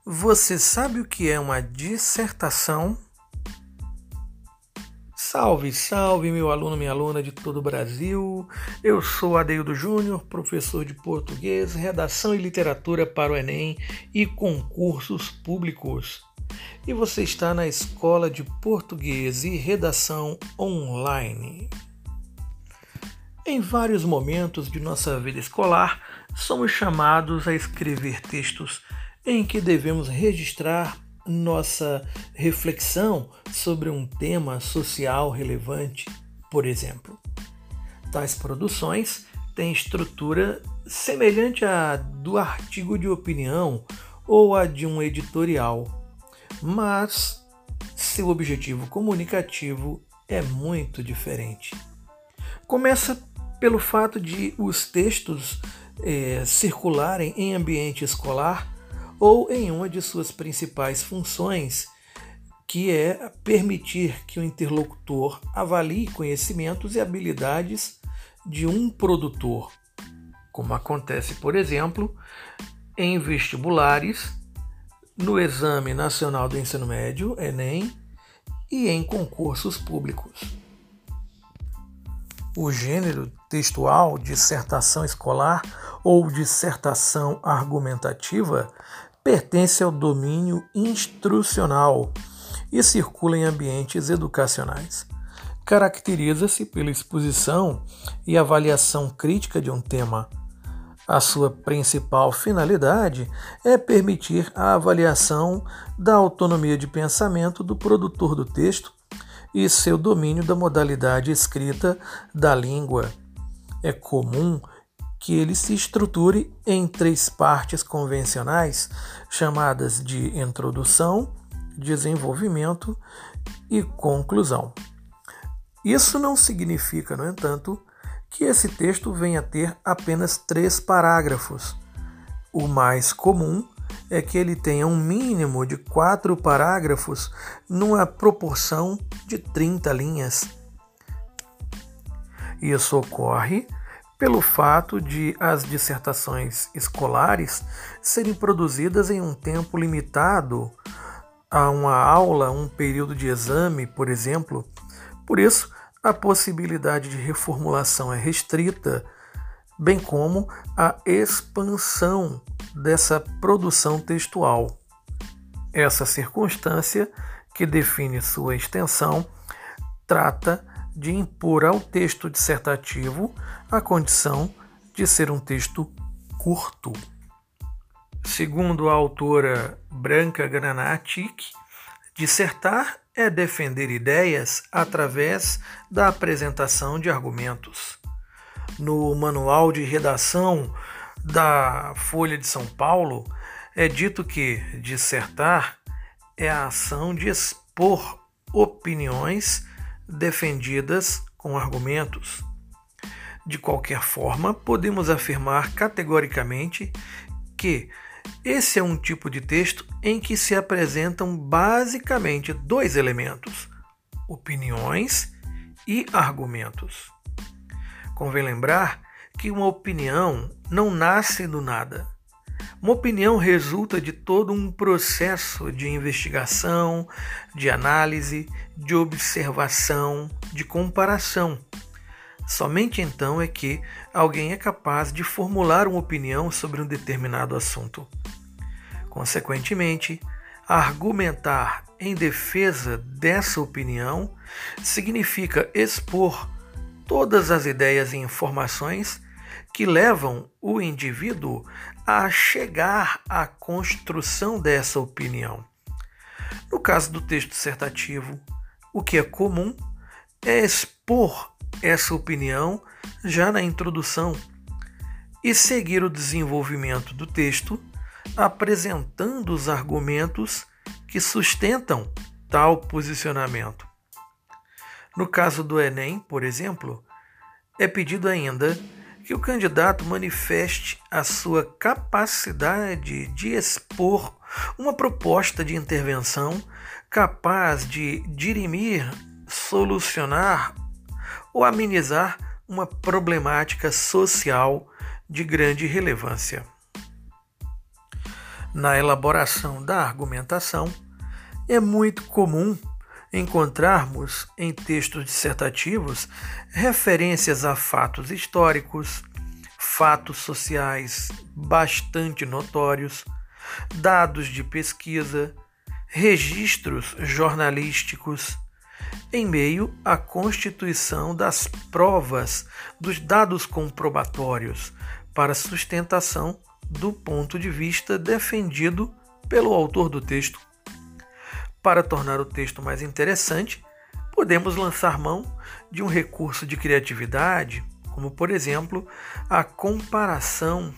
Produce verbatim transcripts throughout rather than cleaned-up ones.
Você sabe o que é uma dissertação? Salve, salve, meu aluno, minha aluna de todo o Brasil. Eu sou Adeildo Júnior, professor de português, redação e literatura para o Enem e concursos públicos. E você está na Escola de Português e Redação Online. Em vários momentos de nossa vida escolar, somos chamados a escrever textos em que devemos registrar nossa reflexão sobre um tema social relevante, por exemplo. Tais produções têm estrutura semelhante à do artigo de opinião ou à de um editorial, mas seu objetivo comunicativo é muito diferente. Começa pelo fato de os textos eh, circularem em ambiente escolar ou em uma de suas principais funções, que é permitir que o interlocutor avalie conhecimentos e habilidades de um produtor, como acontece, por exemplo, em vestibulares, no Exame Nacional do Ensino Médio, Enem, e em concursos públicos. O gênero textual, dissertação escolar ou dissertação argumentativa, pertence ao domínio instrucional e circula em ambientes educacionais. Caracteriza-se pela exposição e avaliação crítica de um tema. A sua principal finalidade é permitir a avaliação da autonomia de pensamento do produtor do texto e seu domínio da modalidade escrita da língua. É comum que ele se estruture em três partes convencionais, chamadas de introdução, desenvolvimento e conclusão. Isso não significa, no entanto, que esse texto venha a ter apenas três parágrafos. O mais comum é que ele tenha um mínimo de quatro parágrafos numa proporção de trinta linhas. Isso ocorre pelo fato de as dissertações escolares serem produzidas em um tempo limitado a uma aula, um período de exame, por exemplo. Por isso, a possibilidade de reformulação é restrita, bem como a expansão dessa produção textual. Essa circunstância, que define sua extensão, trata de impor ao texto dissertativo a condição de ser um texto curto. Segundo a autora Branca Granatic, dissertar é defender ideias através da apresentação de argumentos. No Manual de Redação da Folha de São Paulo, é dito que dissertar é a ação de expor opiniões defendidas com argumentos. De qualquer forma, podemos afirmar categoricamente que esse é um tipo de texto em que se apresentam basicamente dois elementos: opiniões e argumentos. Convém lembrar que uma opinião não nasce do nada. Uma opinião resulta de todo um processo de investigação, de análise, de observação, de comparação. Somente então é que alguém é capaz de formular uma opinião sobre um determinado assunto. Consequentemente, argumentar em defesa dessa opinião significa expor todas as ideias e informações que levam o indivíduo a chegar à construção dessa opinião. No caso do texto dissertativo, o que é comum é expor essa opinião já na introdução e seguir o desenvolvimento do texto, apresentando os argumentos que sustentam tal posicionamento. No caso do Enem, por exemplo, é pedido ainda que o candidato manifeste a sua capacidade de expor uma proposta de intervenção capaz de dirimir, solucionar ou amenizar uma problemática social de grande relevância. Na elaboração da argumentação, é muito comum encontrarmos em textos dissertativos referências a fatos históricos, fatos sociais bastante notórios, dados de pesquisa, registros jornalísticos, em meio à constituição das provas dos dados comprobatórios para sustentação do ponto de vista defendido pelo autor do texto. Para tornar o texto mais interessante, podemos lançar mão de um recurso de criatividade, como, por exemplo, a comparação.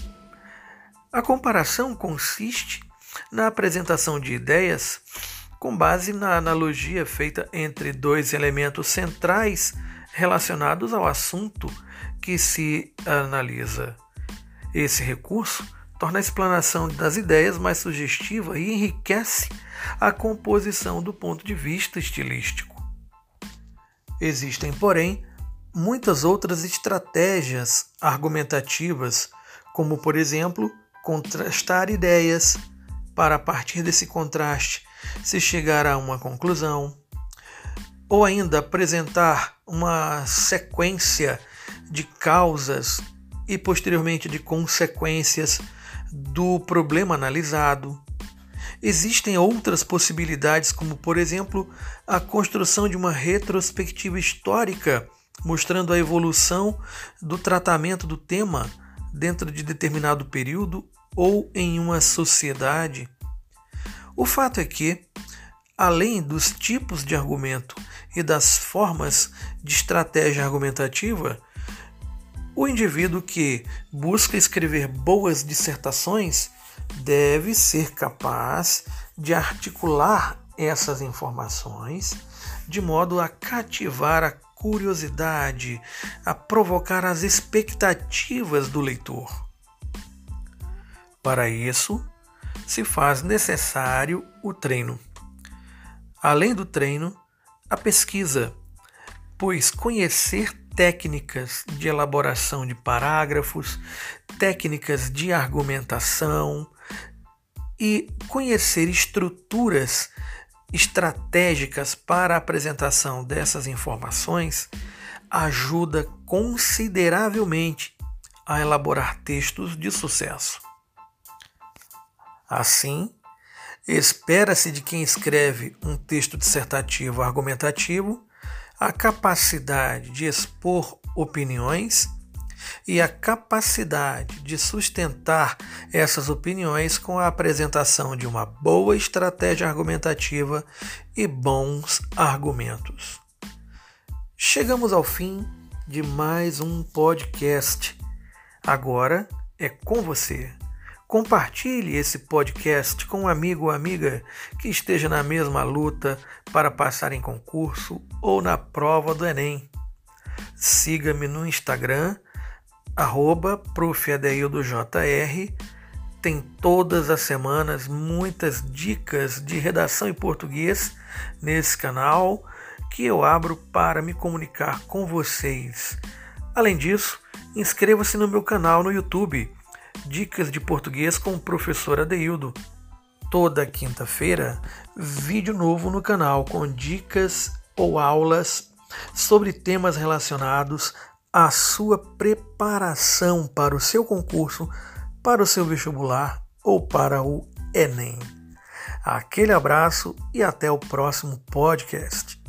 A comparação consiste na apresentação de ideias com base na analogia feita entre dois elementos centrais relacionados ao assunto que se analisa. Esse recurso torna a explanação das ideias mais sugestiva e enriquece a composição do ponto de vista estilístico. Existem, porém, muitas outras estratégias argumentativas, como, por exemplo, contrastar ideias para, a partir desse contraste, se chegar a uma conclusão, ou ainda apresentar uma sequência de causas e, posteriormente, de consequências do problema analisado. Existem outras possibilidades, como, por exemplo, a construção de uma retrospectiva histórica, mostrando a evolução do tratamento do tema dentro de determinado período ou em uma sociedade. O fato é que, além dos tipos de argumento e das formas de estratégia argumentativa, o indivíduo que busca escrever boas dissertações deve ser capaz de articular essas informações de modo a cativar a curiosidade, a provocar as expectativas do leitor. Para isso, se faz necessário o treino. Além do treino, a pesquisa, pois conhecer técnicas de elaboração de parágrafos, técnicas de argumentação e conhecer estruturas estratégicas para a apresentação dessas informações ajuda consideravelmente a elaborar textos de sucesso. Assim, espera-se de quem escreve um texto dissertativo argumentativo a capacidade de expor opiniões e a capacidade de sustentar essas opiniões com a apresentação de uma boa estratégia argumentativa e bons argumentos. Chegamos ao fim de mais um podcast. Agora é com você. Compartilhe esse podcast com um amigo ou amiga que esteja na mesma luta para passar em concurso ou na prova do Enem. Siga-me no Instagram, arroba prof Adeildo J R. Tem todas as semanas muitas dicas de redação em português nesse canal que eu abro para me comunicar com vocês. Além disso, inscreva-se no meu canal no YouTube, Dicas de Português com o professor Adeildo. Toda quinta-feira, vídeo novo no canal com dicas ou aulas sobre temas relacionados à sua preparação para o seu concurso, para o seu vestibular ou para o Enem. Aquele abraço e até o próximo podcast.